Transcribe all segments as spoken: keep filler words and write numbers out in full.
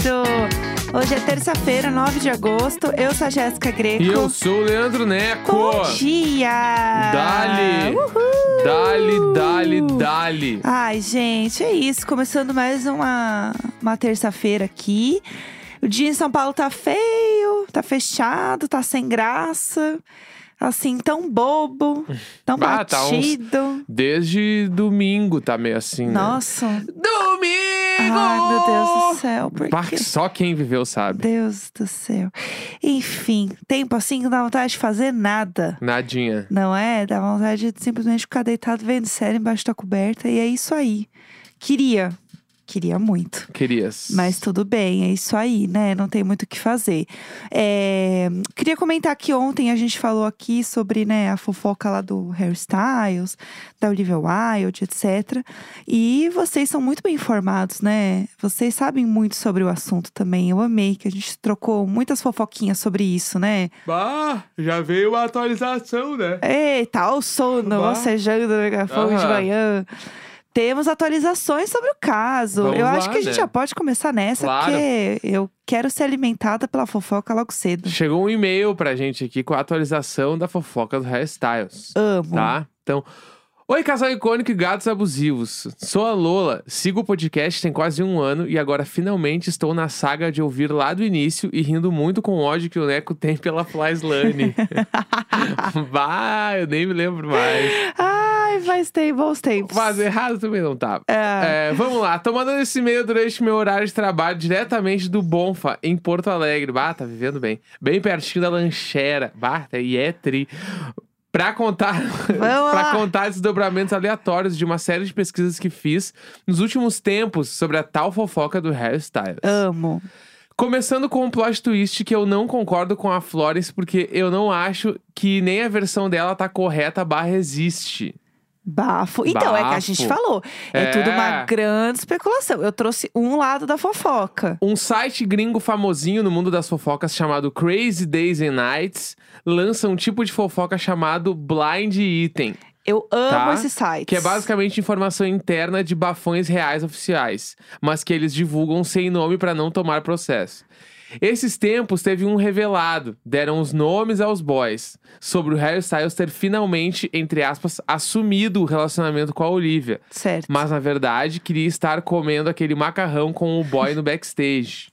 Hoje é terça-feira, nove de agosto. Eu sou a Jéssica Greco. E eu sou o Leandro Neco. Bom dia! Dali! Uhul! Dali, dali, dali. Ai, gente, é isso. Começando mais uma, uma terça-feira aqui. O dia em São Paulo tá feio, tá fechado, tá sem graça. Assim, tão bobo, tão Ah, tá uns- batido. Desde domingo tá meio assim, né? Nossa. Domingo! Ai, meu Deus do céu. Por Bah, quê? só quem viveu sabe. Deus do céu. Enfim, tempo assim que não dá vontade de fazer nada. Nadinha. Não é? Dá vontade de simplesmente ficar deitado vendo série embaixo da coberta. E é isso aí. Queria. Queria muito. Querias. Mas tudo bem, é isso aí, né? Não tem muito o que fazer. É, Queria comentar que ontem a gente falou aqui sobre, né, a fofoca lá do Harry Styles, da Olivia Wilde, etcétera. E vocês são muito bem informados, né? Vocês sabem muito sobre o assunto também. Eu amei que a gente trocou muitas fofoquinhas sobre isso, né? Bah, já veio uma atualização, né? Eita, ó o sono, Bah. bocejando no megafone de Aham. manhã. Temos atualizações sobre o caso. Vamos eu lá, acho que a gente né? já pode começar nessa, Claro. porque eu quero ser alimentada pela fofoca logo cedo. Chegou um e-mail pra gente aqui com a atualização da fofoca do Harry Styles. Amo. Tá? Então, oi casal icônico e gatos abusivos. Sou a Lola, sigo o podcast tem quase um ano e agora finalmente estou na saga de ouvir lá do início e rindo muito com o ódio que o Neco tem pela Flyslane. Bah, eu nem me lembro mais. Ai, faz tempo, bons tempos. Mas errado também não tava. É. É, vamos lá, tô mandando esse e-mail durante meu horário de trabalho diretamente do Bonfa, em Porto Alegre. Bah, tá vivendo bem. Bem pertinho da lancheira. Bah, e é tri. Pra contar, Vamos pra lá. contar desdobramentos aleatórios de uma série de pesquisas que fiz nos últimos tempos sobre a tal fofoca do Harry Styles. Amo. Começando com um plot twist que eu não concordo com a Florence, porque eu não acho que nem a versão dela tá correta barra existe. Bafo. Então, é que a gente Bafo. falou. É, É. tudo uma grande especulação. Eu trouxe um lado da fofoca. Um site gringo famosinho no mundo das fofocas chamado Crazy Days and Nights lança um tipo de fofoca chamado Blind Item, Eu amo Tá. esse site. que é basicamente informação interna de bafões reais oficiais, mas que eles divulgam sem nome pra não tomar processo. Esses tempos teve um revelado, deram os nomes aos boys, sobre o Harry Styles ter finalmente, entre aspas, assumido o relacionamento com a Olivia. Certo. Mas, na verdade, queria estar comendo aquele macarrão com o boy no backstage.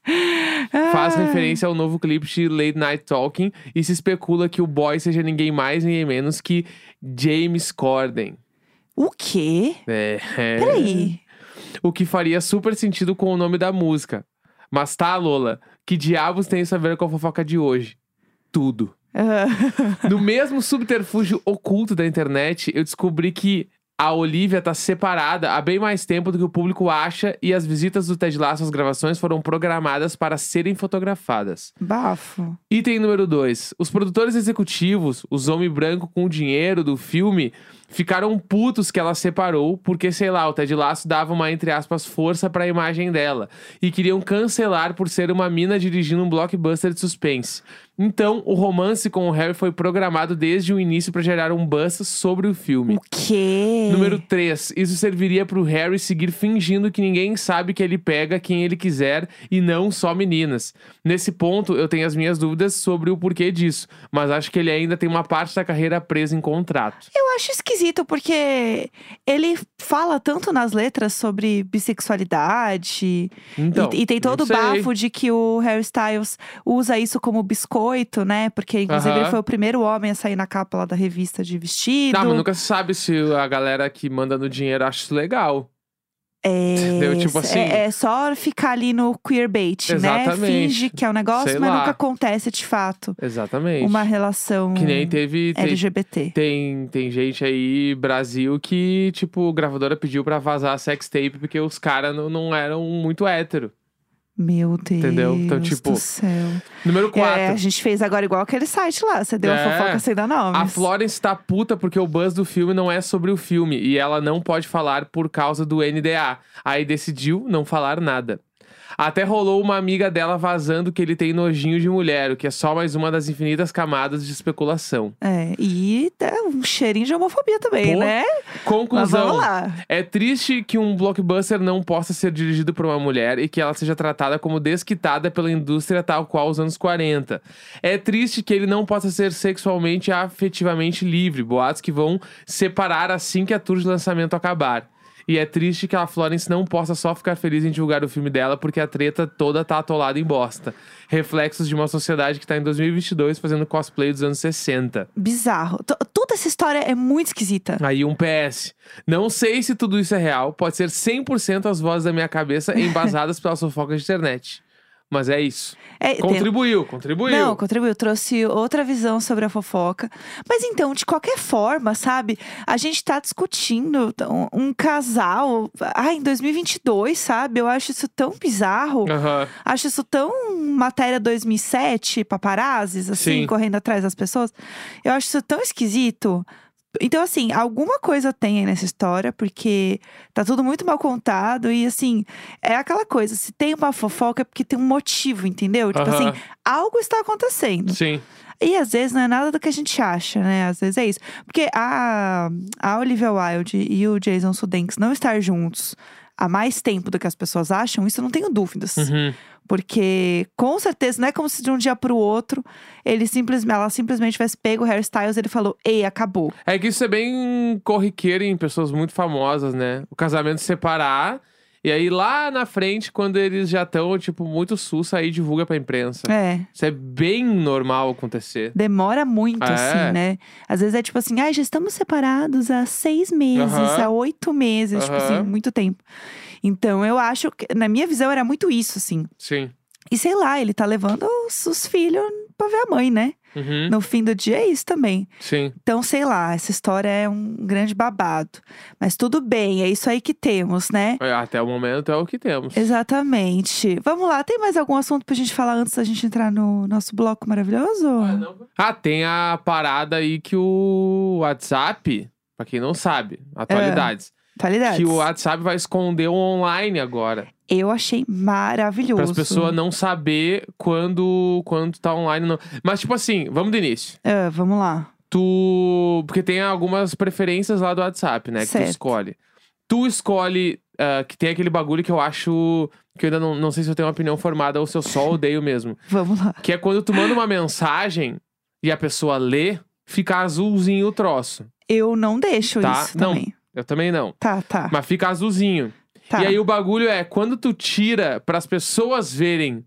Faz Ah. referência ao novo clipe de Late Night Talking e se especula que o boy seja ninguém mais, ninguém menos que James Corden. O quê? É, é. Peraí. O que faria super sentido com o nome da música. Mas tá, Lola, que diabos tem isso a ver com a fofoca de hoje? Tudo. Ah. No mesmo subterfúgio oculto da internet, eu descobri que a Olivia tá separada há bem mais tempo do que o público acha e as visitas do Ted Lasso às gravações foram programadas para serem fotografadas. Bafo. Item número dois. Os produtores executivos, os homens brancos com o dinheiro do filme, ficaram putos que ela separou porque, sei lá, o Ted Lasso dava uma, entre aspas, força pra imagem dela. E queriam cancelar por ser uma mina dirigindo um blockbuster de suspense. Então, o romance com o Harry foi programado desde o início pra gerar um buzz sobre o filme. O quê? Número três. Isso serviria pro Harry seguir fingindo que ninguém sabe que ele pega quem ele quiser e não só meninas. Nesse ponto, eu tenho as minhas dúvidas sobre o porquê disso, mas acho que ele ainda tem uma parte da carreira presa em contrato. Eu acho esquisito, porque ele fala tanto nas letras sobre bissexualidade. Então, e, e tem todo não o sei. bafo de que o Harry Styles usa isso como biscoito, né? Porque, inclusive, Aham. ele foi o primeiro homem a sair na capa lá da revista de vestido. Não, mas nunca se sabe se a galera que manda no dinheiro acha isso legal. É, Entendeu? Tipo assim- é, é só ficar ali no queerbait, né? Exatamente. Finge que é um negócio, Sei mas lá. nunca acontece de fato Exatamente. uma relação Que nem teve... tem- L G B T. Tem, tem gente aí, Brasil, que, tipo, gravadora pediu pra vazar sex tape porque os caras não, não eram muito hétero. Meu Deus Entendeu? Então, tipo, do céu. Número quatro. É, a gente fez agora igual aquele site lá. Você deu É. a fofoca sem dar nomes. A Florence tá puta porque o buzz do filme não é sobre o filme e ela não pode falar por causa do N D A. Aí decidiu não falar nada. Até rolou uma amiga dela vazando que ele tem nojinho de mulher, o que é só mais uma das infinitas camadas de especulação. É, e é um cheirinho de homofobia também, Pô, né? Conclusão. Mas vamos lá. É triste que um blockbuster não possa ser dirigido por uma mulher e que ela seja tratada como desquitada pela indústria tal qual os anos quarenta. É triste que ele não possa ser sexualmente e afetivamente livre, boatos que vão separar assim que a tour de lançamento acabar. E é triste que a Florence não possa só ficar feliz em divulgar o filme dela porque a treta toda tá atolada em bosta. Reflexos de uma sociedade que tá em dois mil e vinte e dois fazendo cosplay dos anos sessenta. Bizarro. T- Toda essa história é muito esquisita. Aí um P S. Não sei se tudo isso é real. Pode ser cem por cento as vozes da minha cabeça embasadas pelas fofocas de internet. Mas é isso. É, tem- Contribuiu, contribuiu. Não, contribuiu, trouxe outra visão sobre a fofoca. Mas então, de qualquer forma, sabe? A gente tá discutindo um, um casal, ah, em dois mil e vinte e dois, sabe? Eu acho isso tão bizarro. Aham. Acho isso tão matéria dois mil e sete, paparazzis, assim, Sim. correndo atrás das pessoas. Eu acho isso tão esquisito. Então, assim, alguma coisa tem aí nessa história, porque tá tudo muito mal contado. E, assim, é aquela coisa: se tem uma fofoca é porque tem um motivo, entendeu? Tipo Aham. assim, algo está acontecendo. Sim. E às vezes não é nada do que a gente acha, né? Às vezes é isso. Porque a, a Olivia Wilde e o Jason Sudeikis não estar juntos há mais tempo do que as pessoas acham, isso eu não tenho dúvidas. Uhum. Porque, com certeza, não é como se de um dia pro outro ele simplesmente, ela simplesmente tivesse pego o hairstyles e ele falou: ei, acabou. É que isso é bem corriqueiro em pessoas muito famosas, né? O casamento separar. E aí lá na frente, quando eles já estão, tipo, muito sus, aí divulga pra imprensa. É. Isso é bem normal acontecer. Demora muito, É. assim, né? Às vezes é tipo assim: ai, já estamos separados há seis meses, Aham. há oito meses, tipo assim, Aham. muito tempo. Então eu acho que, na minha visão, era muito isso, assim. Sim. E sei lá, ele tá levando os, os filhos pra ver a mãe, né? Uhum. No fim do dia é isso também. Sim. Então, sei lá, essa história é um grande babado. Mas tudo bem, é isso aí que temos, né? É, até o momento é o que temos. Exatamente. Vamos lá, tem mais algum assunto pra gente falar antes da gente entrar no nosso bloco maravilhoso? Ah, tem a parada aí que o WhatsApp, pra quem não sabe, atualidades. Atualidades. Que o WhatsApp vai esconder o online agora. Eu achei maravilhoso. Para as pessoas não saber quando, quando tá online. Não. Mas, tipo assim, vamos do início. Ah, vamos lá. Tu. Porque tem algumas preferências lá do WhatsApp, né? Que Certo. tu escolhe. Tu escolhe. ah, que tem aquele bagulho que eu acho. Que eu ainda não, não sei se eu tenho uma opinião formada ou se eu só odeio mesmo. Vamos lá. Que é quando tu manda uma mensagem e a pessoa lê, fica azulzinho o troço. Eu não deixo Tá? isso Não. também. Eu também não. Tá, tá. Mas fica azulzinho. tá. E aí o bagulho é, quando tu tira pras pessoas verem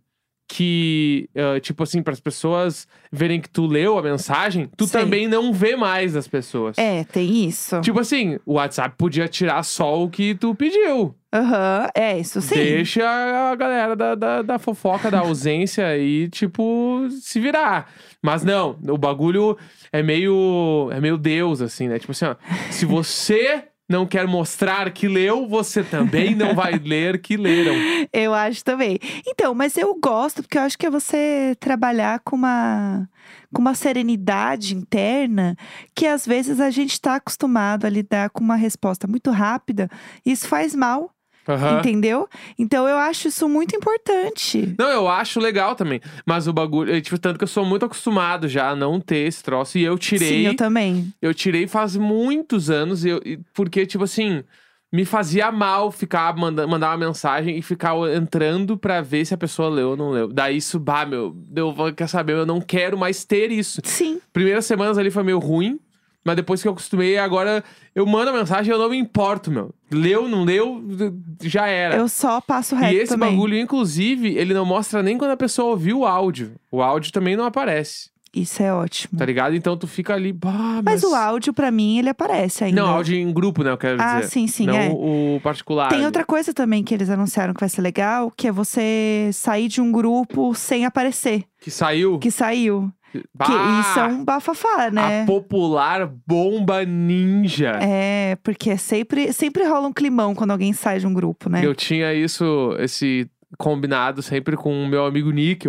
que, ah, tipo assim, pras pessoas verem que tu leu a mensagem, tu Sei. também não vê mais as pessoas. É, tem isso. Tipo assim, o WhatsApp podia tirar só o que tu pediu. Aham, é isso sim. Deixa a galera da, da, da fofoca, da ausência aí, tipo, se virar. Mas não, o bagulho é meio, é meio Deus, assim, né? Tipo assim, ó, se você não quer mostrar que leu, você também não vai ler que leram. Eu acho também. Então, mas eu gosto, porque eu acho que é você trabalhar com uma, com uma serenidade interna que às vezes a gente tá acostumado a lidar com uma resposta muito rápida e isso faz mal, Aham. entendeu? Então eu acho isso muito importante. Não, eu acho legal também. Mas o bagulho, é, tipo, tanto que eu sou muito acostumado já a não ter esse troço. E eu tirei. Sim, eu também. Eu tirei faz muitos anos. E eu, e- porque, tipo assim, me fazia mal ficar, manda, mandar uma mensagem e ficar entrando pra ver se a pessoa leu ou não leu. Daí isso, bah, meu, eu vou, quer saber, eu não quero mais ter isso. Sim. Primeiras semanas ali foi meio ruim. Mas depois que eu acostumei, agora eu mando a mensagem e eu não me importo, meu. Leu, não leu, já era. Eu só passo reto E esse também. bagulho, inclusive, ele não mostra nem quando a pessoa ouviu o áudio. O áudio também não aparece, Isso é ótimo. tá ligado? Então tu fica ali, bah, Mas o áudio, pra mim, ele aparece ainda. Não, áudio em grupo, né, eu quero Ah, dizer. sim, sim, não é. o, o particular. Tem ali. outra coisa também que eles anunciaram que vai ser legal, que é você sair de um grupo sem aparecer. Que saiu. Que saiu. Bah, Que isso é um bafafá, né? A popular bomba ninja. É, porque é sempre, sempre rola um climão quando alguém sai de um grupo, né? Eu tinha isso, esse combinado sempre com o meu amigo Níquel.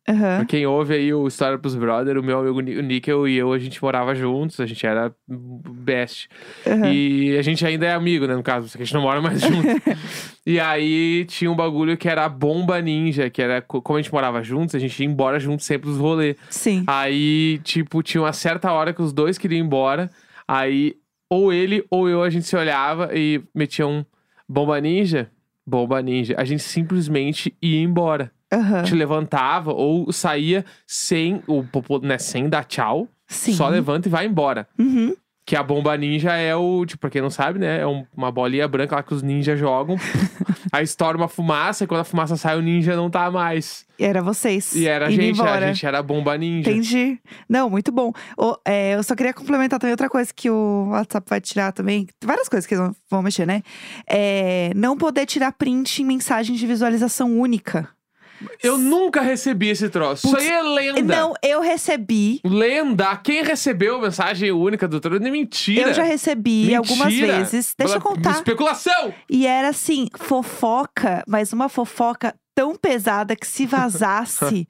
Aham. Pra quem ouve aí o História pros Brother, o meu amigo Ni- o Níquel e eu, a gente morava juntos, a gente era best. Aham. E a gente ainda é amigo, né, no caso, só que a gente não mora mais junto. E aí tinha um bagulho que era a bomba ninja, que era, co- como a gente morava juntos, a gente ia embora juntos sempre dos rolês. Sim. Aí, tipo, tinha uma certa hora que os dois queriam ir embora, aí ou ele ou eu, a gente se olhava e metia um bomba ninja, bomba ninja. A gente simplesmente ia embora. Aham. Te levantava ou saía sem o popo- né, sem dar tchau. Sim. Só levanta e vai embora. Uhum. Que a bomba ninja é o, tipo, pra quem não sabe, né? É um- uma bolinha branca lá que os ninjas jogam. Aí estoura uma fumaça e quando a fumaça sai, o ninja não tá mais. E era vocês. E era a indo gente, a embora. gente era a bomba ninja. Entendi. Não, muito bom. Ô, é, eu só queria complementar também outra coisa que o WhatsApp vai tirar também. Várias coisas que eles vão, vão mexer, né? É não poder tirar print em mensagem de visualização única. Eu nunca recebi esse troço. Isso Putz, aí é lenda. Não, eu recebi. Lenda. Quem recebeu mensagem única do trono? Mentira. Eu já recebi Mentira. algumas vezes. Deixa eu Pela- contar. Especulação. E era assim, fofoca, mas uma fofoca tão pesada que se vazasse,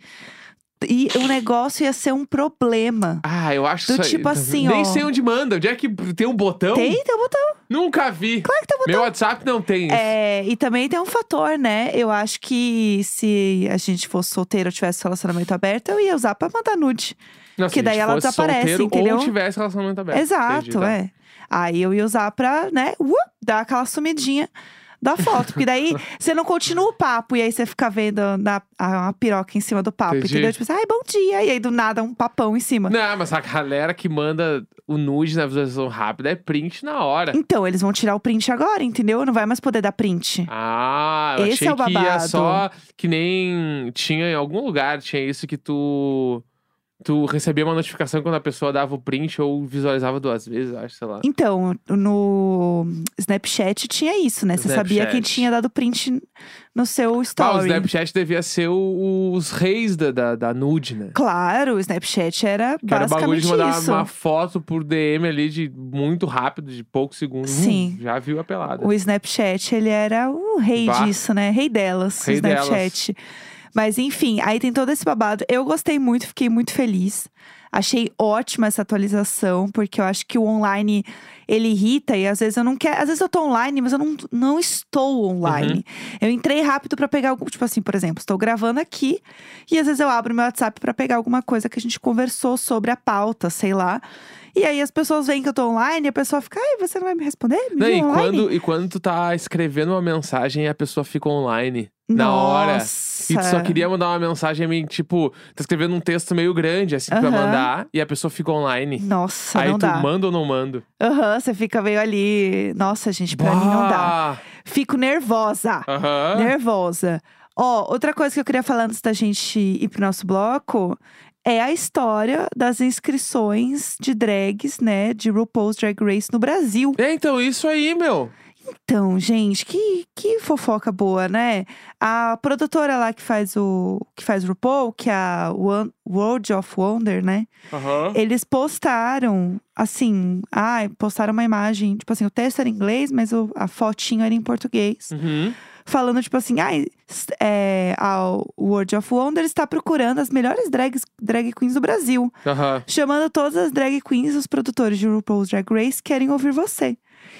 e o negócio ia ser um problema. Ah, eu acho Do isso aí- tipo assim, Nem ó. sei onde manda. Onde é que tem um botão? Tem, tem um botão. Nunca vi. Claro que tem um botão. Meu WhatsApp não tem isso. É, e também tem um fator, né? Eu acho que se a gente fosse solteiro ou tivesse relacionamento aberto, eu ia usar pra mandar nude. Não, que se a daí gente ela fosse desaparece, solteiro entendeu? Ou tivesse relacionamento aberto. Exato, Entendi, tá. é. Aí eu ia usar pra, né, uh, dar aquela sumidinha da foto. Porque daí você não continua o papo e aí você fica vendo na, a, a piroca em cima do papo, Entendi. entendeu? Tipo assim, ai, bom dia. E aí do nada um papão em cima. Não, mas a galera que manda o nude na visualização rápida é print na hora. Então, eles vão tirar o print agora, entendeu? Não vai mais poder dar print. Ah, eu Esse achei é o que ia babado. só que nem tinha em algum lugar, tinha isso que tu tu recebia uma notificação quando a pessoa dava o print ou visualizava duas vezes, eu acho, sei lá. Então, no Snapchat tinha isso, né? Você sabia Snapchat. quem tinha dado print no seu Ah, o story. Snapchat devia ser o- os reis da, da, da nude, né? Claro, o Snapchat era Que era o bagulho basicamente de mandar isso. uma foto por D M ali de muito rápido, de poucos segundos. Sim. Hum, já viu a pelada. O Snapchat, ele era o rei Bah. disso, né? Rei delas, Rei o Snapchat. Mas enfim, aí tem todo esse babado. Eu gostei muito, fiquei muito feliz. Achei ótima essa atualização, porque eu acho que o online, ele irrita e às vezes eu não quero. Às vezes eu tô online, mas eu não, não estou online. Eu entrei rápido pra pegar algum. Tipo assim, por exemplo, estou gravando aqui e às vezes eu abro meu WhatsApp pra pegar alguma coisa que a gente conversou sobre a pauta, sei lá. E aí as pessoas veem que eu tô online e a pessoa fica, ai, você não vai me responder? Me Não, viu e, online? quando, e quando tu tá escrevendo uma mensagem e a pessoa fica online na hora. E tu só Nossa. queria mandar uma mensagem meio, tipo, tá escrevendo um texto meio grande, assim, pra Aham. mandar, e a pessoa fica online. Nossa, Aí não tu dá. manda ou não manda? Aham, você fica meio ali. Nossa, gente, pra mim não dá. Bah! Fico nervosa. Aham. Nervosa. Ó, outra coisa que eu queria falar antes da gente ir pro nosso bloco é a história das inscrições de drags, né, de RuPaul's Drag Race no Brasil. É, então, isso aí, meu. Então, gente, que, que fofoca boa, né? A produtora lá que faz o que faz RuPaul, que é a One- World of Wonder, né? Aham. Eles postaram, assim, ai, postaram uma imagem, tipo assim, o texto era em inglês, mas o- a fotinho era em português. Uhum. Falando, tipo assim, ai, s- é, a World of Wonder está procurando as melhores drags, drag queens do Brasil. Aham. Chamando todas as drag queens, os produtores de RuPaul's Drag Race querem ouvir você.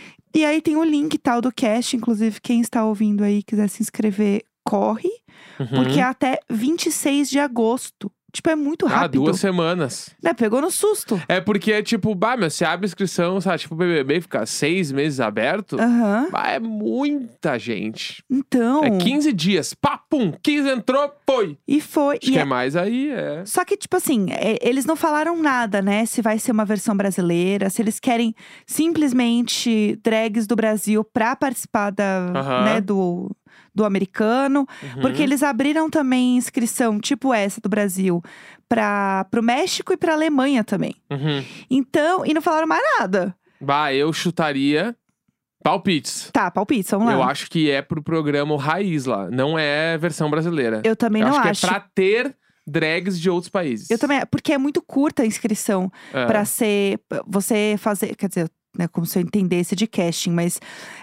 E aí tem o link tal do cast, inclusive quem está ouvindo aí quiser se inscrever, corre. Uhum. Porque é até vinte e seis de agosto. Tipo, é muito Ah, rápido. duas semanas. Né? Pegou no susto. É porque é tipo, bah, meu, se abre inscrição, sabe? Tipo, o B B B fica seis meses aberto. Aham. Bah, é muita gente. Então. É quinze dias. Pá, pum, quinze entrou, foi. E foi. Acho E que é- é mais aí, é. Só que, tipo assim, é- eles não falaram nada, né? Se vai ser uma versão brasileira, se eles querem simplesmente drags do Brasil pra participar da, Aham. né, do, do americano. Uhum. Porque eles abriram também inscrição, tipo essa do Brasil, pra, pro México e pra Alemanha também. Uhum. Então, e não falaram mais nada. Bah, eu chutaria palpites. Tá, palpite, vamos lá. Eu acho que é pro programa Raiz lá. Não é versão brasileira. Eu também Eu não acho que acho. é pra ter drags de outros países. Eu também, porque é muito curta a inscrição É. pra ser, você fazer, quer dizer, né, como se eu entendesse de casting, mas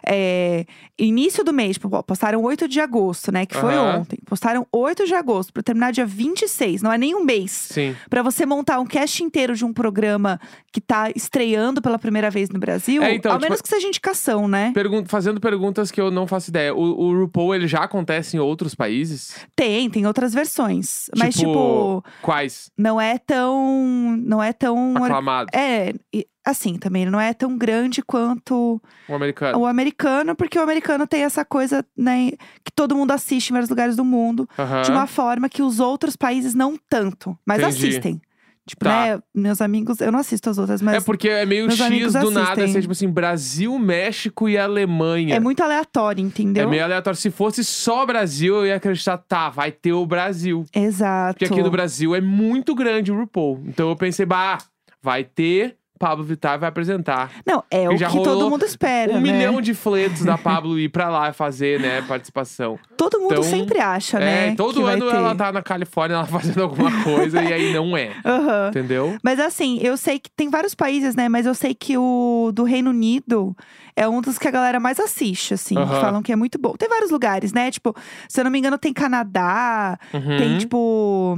é, início do mês, tipo, postaram oito de agosto, né, que foi Aham. ontem. Postaram oito de agosto, pra terminar dia vinte e seis, não é nem um mês. Sim. Pra você montar um cast inteiro de um programa que tá estreando pela primeira vez no Brasil, É, então, ao tipo, menos que seja indicação, né? Pergun- fazendo perguntas que eu não faço ideia. O, o RuPaul, ele já acontece em outros países? Tem, tem outras versões. Mas, tipo, Quais? não é tão. Não é tão. Aclamados. É, e, assim, também ele não é tão grande quanto O americano. o americano, porque o americano tem essa coisa, né, que todo mundo assiste em vários lugares do mundo, Aham. de uma forma que os outros países não tanto, mas Entendi. assistem. Tipo, Tá. né, meus amigos, eu não assisto as outras, mas É porque é meio meus X amigos do nada, assistem. assim, tipo assim, Brasil, México e Alemanha. é muito aleatório, entendeu? É meio aleatório. Se fosse só Brasil, eu ia acreditar, tá, vai ter o Brasil. Exato. Porque aqui no Brasil é muito grande o RuPaul. Então eu pensei, bah, vai ter, Pablo Vittar vai apresentar. Não, é Porque o já que todo rolou mundo espera, Um né? milhão de fletos da Pablo ir pra lá fazer, né, participação. Todo mundo Então, sempre acha, né? É, todo que vai ano ter. ela tá na Califórnia, ela fazendo alguma coisa e aí não é. Aham. Entendeu? Mas assim, eu sei que tem vários países, né? Mas eu sei que o do Reino Unido é um dos que a galera mais assiste, assim. Aham. Que falam que é muito bom. Tem vários lugares, né? Tipo, se eu não me engano, tem Canadá, Uhum. tem, tipo,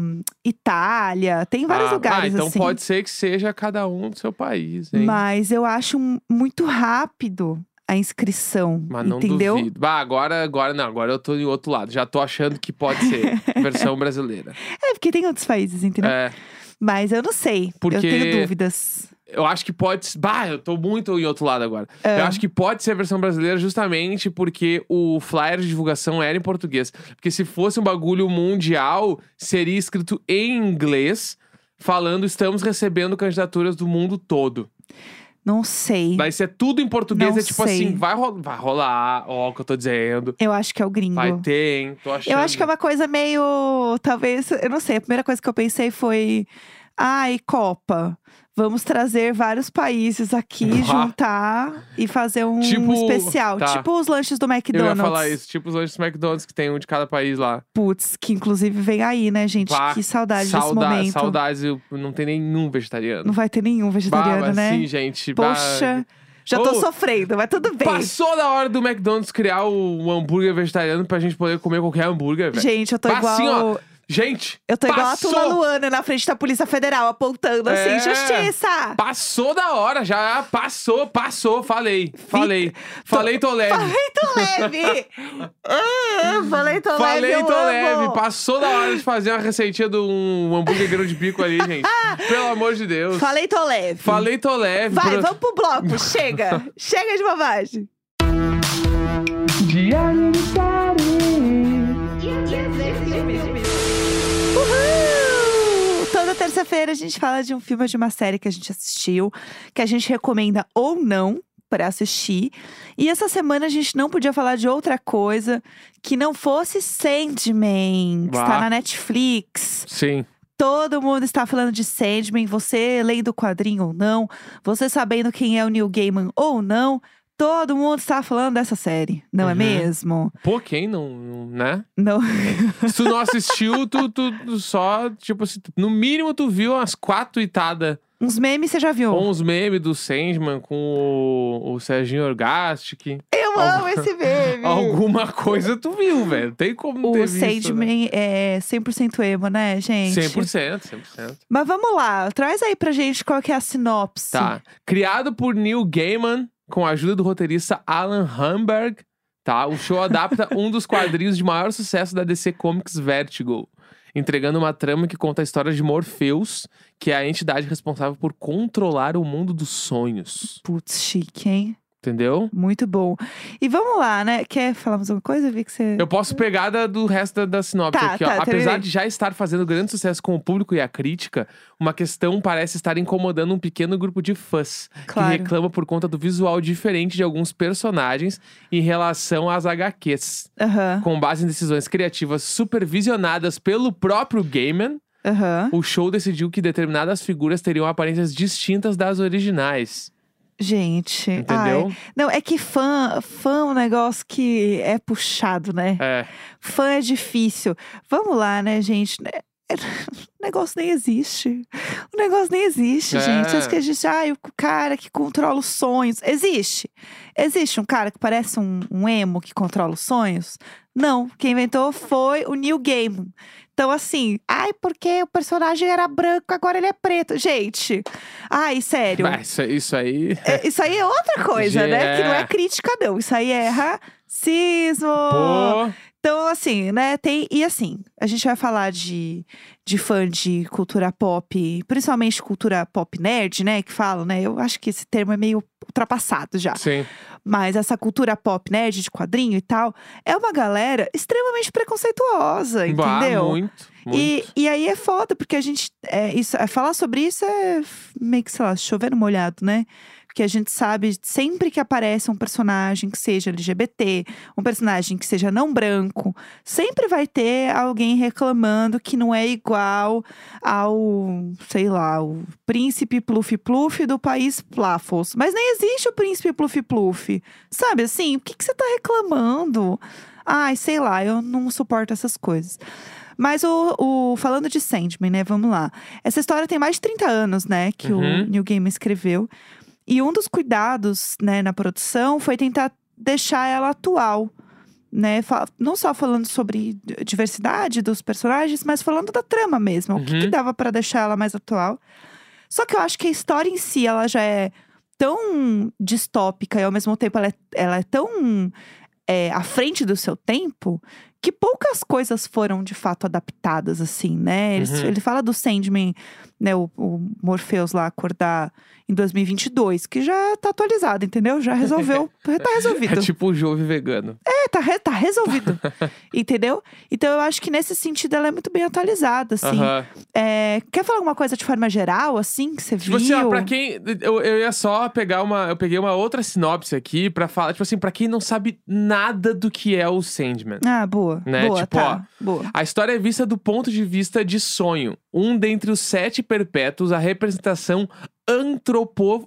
Itália. Tem vários ah, lugares, ah, então assim. pode ser que seja cada um do seu país, hein? Mas eu acho um- muito rápido a inscrição, Mas não entendeu? duvido. Bah, agora, agora não, agora eu tô em outro lado. Já tô achando que pode ser versão brasileira. É, porque tem outros países, entendeu? É, Mas eu não sei. Porque- Eu tenho dúvidas. eu acho que pode. Bah, eu tô muito em outro lado agora. É. Eu acho que pode ser a versão brasileira justamente porque o flyer de divulgação era em português. Porque se fosse um bagulho mundial, seria escrito em inglês, falando estamos recebendo candidaturas do mundo todo. Não sei. Daí se é tudo em português, Não é tipo sei. assim, vai, ro vai rolar, ó, o que eu tô dizendo. Eu acho que é o gringo. Vai ter, hein? Tô achando. Eu acho que é uma coisa meio. Talvez. Eu não sei. A primeira coisa que eu pensei foi. Ai, Copa. Vamos trazer vários países aqui, Ah. juntar e fazer um Tipo- especial. tá. Tipo os lanches do Eu ia McDonald's. falar isso, tipo os lanches McDonald's que tem um de cada país lá. Putz, que inclusive vem aí, né, gente? Pá, que saudade desse Sauda- momento. Saudades, eu- não tem nenhum vegetariano. Não vai ter nenhum vegetariano, bah, mas né? sim, gente. bah, Poxa, já tô Ô, sofrendo, mas tudo bem. Passou da hora do McDonald's criar o, o hambúrguer vegetariano pra gente poder comer qualquer hambúrguer, velho. Gente, eu tô Bah, igual. assim, ó, gente, Eu tô igual a passou, Tula Luana na frente da Polícia Federal, apontando assim, É. justiça! Passou da hora, já passou, passou, falei, falei. Falei, tô leve. Falei, tô leve! Ah, falei, tô leve, Falei, eu tô amo. leve. Passou da hora de fazer uma receitinha de um hambúrguer grão de bico ali, gente. Pelo amor de Deus. Falei, tô leve. Falei, tô leve. Vai, Pro- vamos pro bloco, chega! Chega de bobagem! De aniversário. Uhul! Toda terça-feira a gente fala de um filme ou de uma série que a gente assistiu, que a gente recomenda ou não para assistir. E essa semana a gente não podia falar de outra coisa que não fosse Sandman, que Bah. está na Netflix. Sim. Todo mundo está falando de Sandman, você lendo o quadrinho ou não, você sabendo quem é o Neil Gaiman ou não. Todo mundo está falando dessa série, não é Uhum. mesmo? Pô, quem não, não- né? Não. Se tu não assistiu, tu, tu, tu só, tipo assim, no mínimo tu viu umas quatro tuitadas. Uns memes você já viu? Com os memes do Sandman, com o, o Serginho Orgastic. Eu amo esse meme! Alguma coisa tu viu, velho. Tem como não ter O visto, né? Sandman é cem por cento emo, né, gente? cem por cento, cem por cento. Mas vamos lá, traz aí pra gente qual que é a sinopse. Tá. Criado por Neil Gaiman, com a ajuda do roteirista Alan Hamberg, tá? O show adapta um dos quadrinhos de maior sucesso da D C Comics, Vertigo, entregando uma trama que conta a história de Morpheus, que é a entidade responsável por controlar o mundo dos sonhos. Putz, chique, hein? Entendeu? Muito bom. E vamos lá, né? Quer falar mais alguma coisa? Eu vi que você... Eu posso pegar da- do resto da, da sinopse Tá, aqui, tá, ó. Apesar terminei. de já estar fazendo grande sucesso com o público e a crítica, uma questão parece estar incomodando um pequeno grupo de fãs, Claro. que reclama por conta do visual diferente de alguns personagens em relação às agá quês. Aham, Com base em decisões criativas supervisionadas pelo próprio Gaiman, aham. o show decidiu que determinadas figuras teriam aparências distintas das originais. Gente. Entendeu? ai. Não, é que fã, fã é um negócio que é puxado, né? É. Fã é difícil. Vamos lá, né, gente? Né, O negócio nem existe. O negócio nem existe, É. gente. Acho que a gente, ai, o cara que controla os sonhos. Existe. Existe um cara que parece um, um emo que controla os sonhos? Não. Quem inventou foi o Neil Gaiman. Então, assim, ai, porque o personagem era branco, agora ele é preto. Gente, ai, sério. Ah, isso, isso aí. É, isso aí é outra coisa, Ge- né? Que não é é. crítica, não. Isso aí é racismo. Pô. Então, assim, né, tem… E assim, a gente vai falar de, de fã de cultura pop, principalmente cultura pop nerd, né, que falam, né? Eu acho que esse termo é meio ultrapassado já. Sim. Mas essa cultura pop nerd de quadrinho e tal, é uma galera extremamente preconceituosa, Bah, entendeu? muito, muito. E, e aí é foda, porque a gente… É, isso, é, falar sobre isso é meio que, sei lá, chover no molhado, né? Porque a gente sabe, sempre que aparece um personagem que seja L G B T, um personagem que seja não branco, sempre vai ter alguém reclamando que não é igual ao, sei lá, o príncipe Pluff Pluff do país Plafos. Mas nem existe o príncipe Pluff Pluff. Sabe assim? O que, que você tá reclamando? Ai, sei lá, eu não suporto essas coisas. Mas o, o falando de Sandman, né? Vamos lá. Essa história tem mais de trinta anos, né? Que Uhum. o Neil Gaiman escreveu. E um dos cuidados, né, na produção foi tentar deixar ela atual, né? Fa- Não só falando sobre d- diversidade dos personagens, mas falando da trama mesmo. O que, que Uhum. dava pra deixar ela mais atual. Só que eu acho que a história em si, ela já é tão distópica e ao mesmo tempo ela é, ela é tão é, à frente do seu tempo, que poucas coisas foram de fato adaptadas, assim, né? Eles- Uhum. Ele fala do Sandman, né? O, o Morpheus lá acordar em dois mil e vinte e dois, que já tá atualizado, entendeu? Já resolveu, tá resolvido. É tipo o Jove vegano. É, tá, re- tá resolvido, entendeu? Então eu acho que nesse sentido ela é muito bem atualizada, assim. Aham. É, quer falar alguma coisa de forma geral, assim, que você Tipo viu? assim, ó, pra quem. Eu, eu ia só pegar uma. Eu peguei uma outra sinopse aqui pra falar, tipo assim, pra quem não sabe nada do que é o Sandman. Ah, boa, Né? boa, Tipo, tá, boa. A história é vista do ponto de vista de Sonho, um dentre os sete perpétuos, a representação antropo,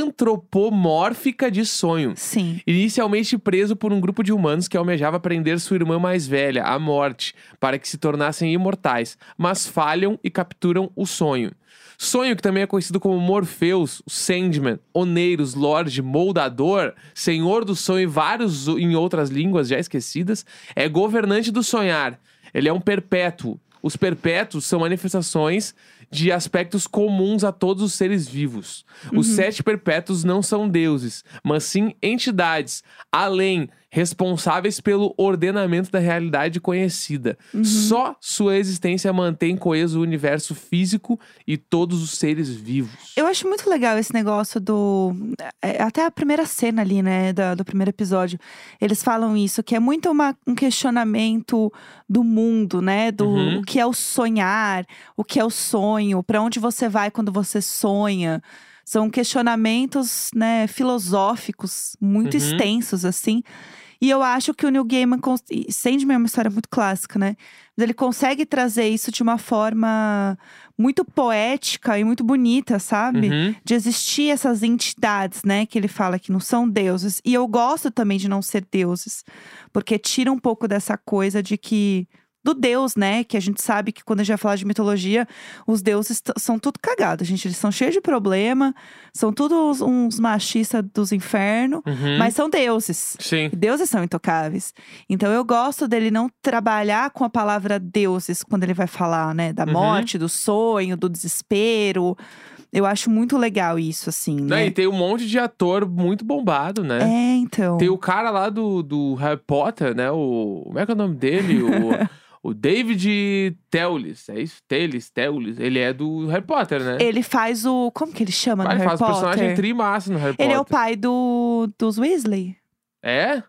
antropomórfica de Sonho. Sim, Inicialmente preso por um grupo de humanos que almejava prender sua irmã mais velha, a Morte, para que se tornassem imortais, mas falham e capturam o Sonho. Sonho, que também é conhecido como Morpheus, o Sandman, Oneiros, Lorde, Moldador, Senhor do Sonho e vários em outras línguas já esquecidas, é governante do sonhar. Ele é um perpétuo. Os perpétuos são manifestações de aspectos comuns a todos os seres vivos. Os sete perpétuos não são deuses, mas sim entidades, além, responsáveis pelo ordenamento da realidade conhecida. Só sua existência mantém coeso o universo físico e todos os seres vivos. eu acho muito legal esse negócio do… é, até a primeira cena ali, né, da- do primeiro episódio. Eles falam isso, que é muito uma- um questionamento do mundo, né? Do Uhum. o que é o sonhar, o que é o sonho, pra onde você vai quando você sonha. São questionamentos, né, filosóficos muito Uhum. extensos, assim. E eu acho que o Neil Gaiman… cons- e Sandman é uma história muito clássica, né? Mas ele consegue trazer isso de uma forma muito poética e muito bonita, sabe? Uhum. De existir essas entidades, né? Que ele fala que não são deuses. E eu gosto também de não ser deuses. Porque tira um pouco dessa coisa de que… do Deus, né? Que a gente sabe que quando a gente vai falar de mitologia, os deuses t- são tudo cagados, gente. Eles são cheios de problema, são todos uns machistas dos infernos, Uhum. mas são deuses. Sim. E deuses são intocáveis. Então eu gosto dele não trabalhar com a palavra deuses quando ele vai falar, né? Da Uhum. morte, do sonho, do desespero. Eu acho muito legal isso, assim, Né, né? E tem um monte de ator muito bombado, né? É, então. Tem o cara lá do, do Harry Potter, né? O, como é que é o nome dele? O, o David Teulis. É isso? Teulis, Teulis. Ele é do Harry Potter, né? Ele faz o… como que ele chama Ah, no ele Harry faz o Potter? personagem trimassa no Harry Ele Potter. é o pai do, dos Weasley. É?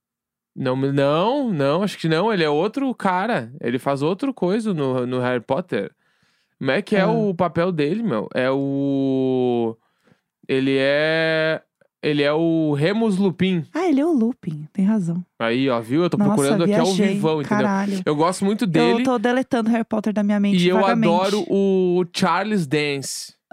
Não, não, não, acho que não. Ele é outro cara. Ele faz outra coisa no, no Harry Potter. Como é que é Ah. o papel dele, meu? É o... Ele é... Ele é o Remus Lupin. Ah, ele é o Lupin, tem razão. Aí, ó, viu? Eu tô Nossa, procurando aqui ao viajei. vivão, entendeu? Caralho. Eu gosto muito dele. Eu tô deletando Harry Potter da minha mente E eu vagamente. adoro o Charles Dance.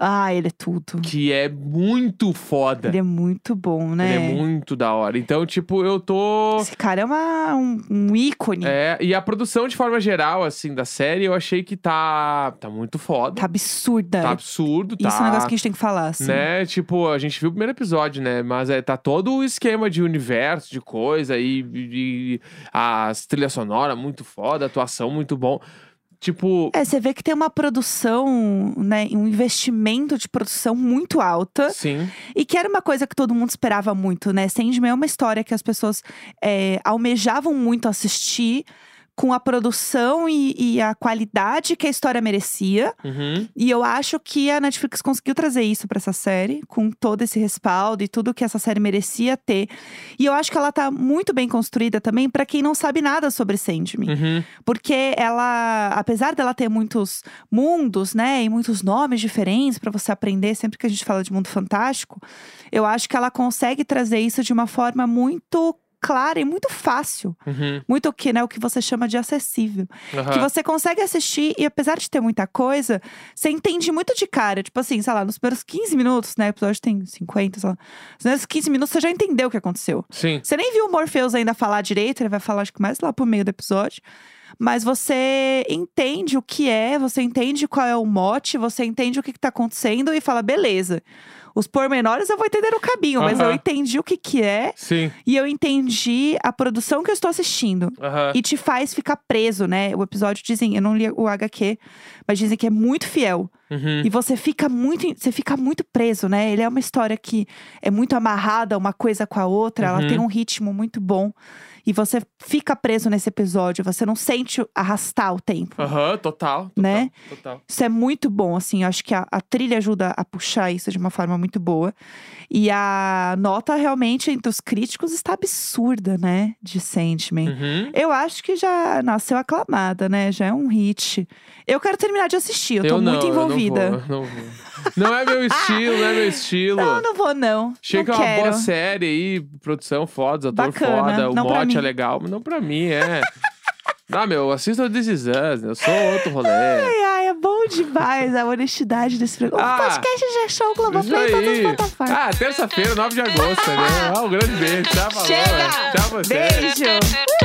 Ah, ele é tudo. Que é muito foda. Ele é muito bom, né? Ele é muito da hora. Então, tipo, eu tô... Esse cara é uma, um, um ícone. É, e a produção, de forma geral, assim, da série, eu achei que tá, tá muito foda. Tá absurda. Tá absurdo, tá... Isso é um negócio que a gente tem que falar, assim. Né, tipo, a gente viu o primeiro episódio, né? Mas é, tá todo o esquema de universo, de coisa, e, e as trilhas sonoras muito foda, atuação muito bom. Tipo... É, você vê que tem uma produção, né? Um investimento de produção muito alta. Sim. E que era uma coisa que todo mundo esperava muito, né? Sandman é uma história que as pessoas é, almejavam muito assistir, com a produção e, e a qualidade que a história merecia. Uhum. E eu acho que a Netflix conseguiu trazer isso pra essa série, com todo esse respaldo e tudo que essa série merecia ter. E eu acho que ela tá muito bem construída também pra quem não sabe nada sobre Sandman. Uhum. Porque ela, apesar dela ter muitos mundos, né, e muitos nomes diferentes pra você aprender sempre que a gente fala de mundo fantástico, eu acho que ela consegue trazer isso de uma forma muito clara e muito fácil. Uhum. Muito o que, né? O que você chama de acessível. Uhum. Que você consegue assistir e apesar de ter muita coisa, você entende muito de cara. Tipo assim, sei lá, nos primeiros quinze minutos, né? O episódio tem cinquenta, sei lá. Nos primeiros quinze minutos você já entendeu o que aconteceu. Sim. Você nem viu o Morpheus ainda falar direito, ele vai falar acho que mais lá pro meio do episódio. Mas você entende o que é, você entende qual é o mote, você entende o que, que tá acontecendo e fala, beleza. Os pormenores eu vou entender no caminho, mas Aham. eu entendi o que que é. Sim. E eu entendi a produção que eu estou assistindo. Aham. E te faz ficar preso, né? O episódio dizem, eu não li o H Q, mas dizem que é muito fiel. Uhum. E você fica muito, você fica muito preso, né? Ele é uma história que é muito amarrada uma coisa com a outra, Uhum. ela tem um ritmo muito bom. E você fica preso nesse episódio, você não sente arrastar o tempo. Aham, total, total. Né? Total. Isso é muito bom, assim. Eu acho que a, a trilha ajuda a puxar isso de uma forma muito boa. E a nota realmente entre os críticos está absurda, né? De Sandman. Uhum. Eu acho que já nasceu aclamada, né? Já é um hit. Eu quero terminar de assistir, eu tô não, muito envolvida. Eu não vou, eu não vou. Não é meu estilo, não é meu estilo. Não, não vou, não. Chega não uma quero. boa série aí, produção foda, ator Bacana, foda, o não pra mote é mim. legal, mas não pra mim, é. Ah, meu, assista o This Is Us, eu sou outro rolê. Ai, ai, é bom demais a honestidade desse programa. Ah, o podcast já achou o Isso Globoplay em todas as aí. plataformas. Ah, terça-feira, nove de agosto, né? Ah, um grande beijo. Tchau, falou. Chega! Tchau, você. Beijo!